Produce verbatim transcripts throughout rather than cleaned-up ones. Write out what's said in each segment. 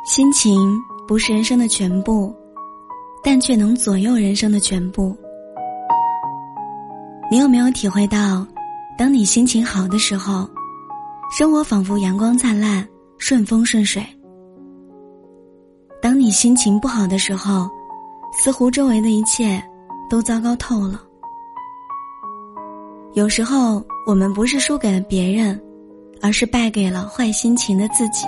心情不是人生的全部，但却能左右人生的全部。你有没有体会到，当你心情好的时候，生活仿佛阳光灿烂，顺风顺水；当你心情不好的时候，似乎周围的一切都糟糕透了。有时候我们不是输给了别人，而是败给了坏心情的自己。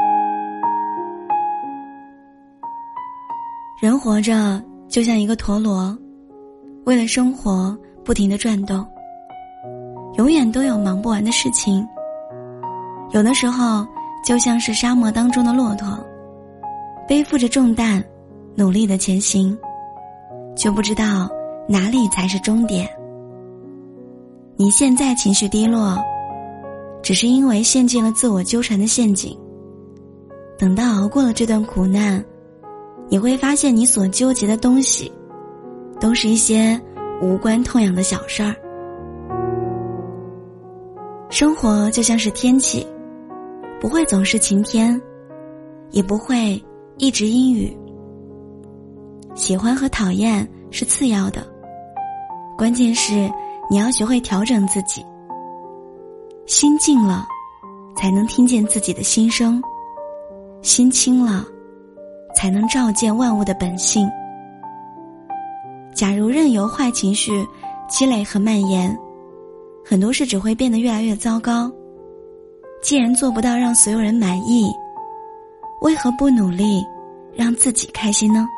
人活着就像一个陀螺，为了生活不停地转动，永远都有忙不完的事情。有的时候就像是沙漠当中的骆驼，背负着重担努力地前行，却不知道哪里才是终点。你现在情绪低落，只是因为陷进了自我纠缠的陷阱。等到熬过了这段苦难，你会发现你所纠结的东西都是一些无关痛痒的小事儿。生活就像是天气，不会总是晴天，也不会一直阴雨。喜欢和讨厌是次要的，关键是你要学会调整自己。心静了，才能听见自己的心声；心清了，才能照见万物的本性。假如任由坏情绪积累和蔓延，很多事只会变得越来越糟糕。既然做不到让所有人满意，为何不努力让自己开心呢？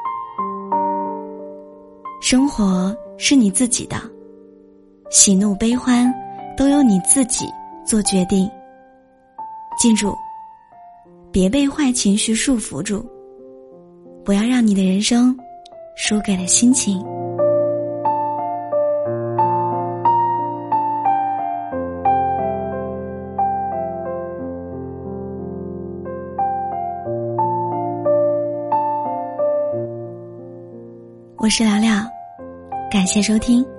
生活是你自己的，喜怒悲欢都由你自己做决定。记住，别被坏情绪束缚住，不要让你的人生输给了心情。我是聊聊，感谢收听。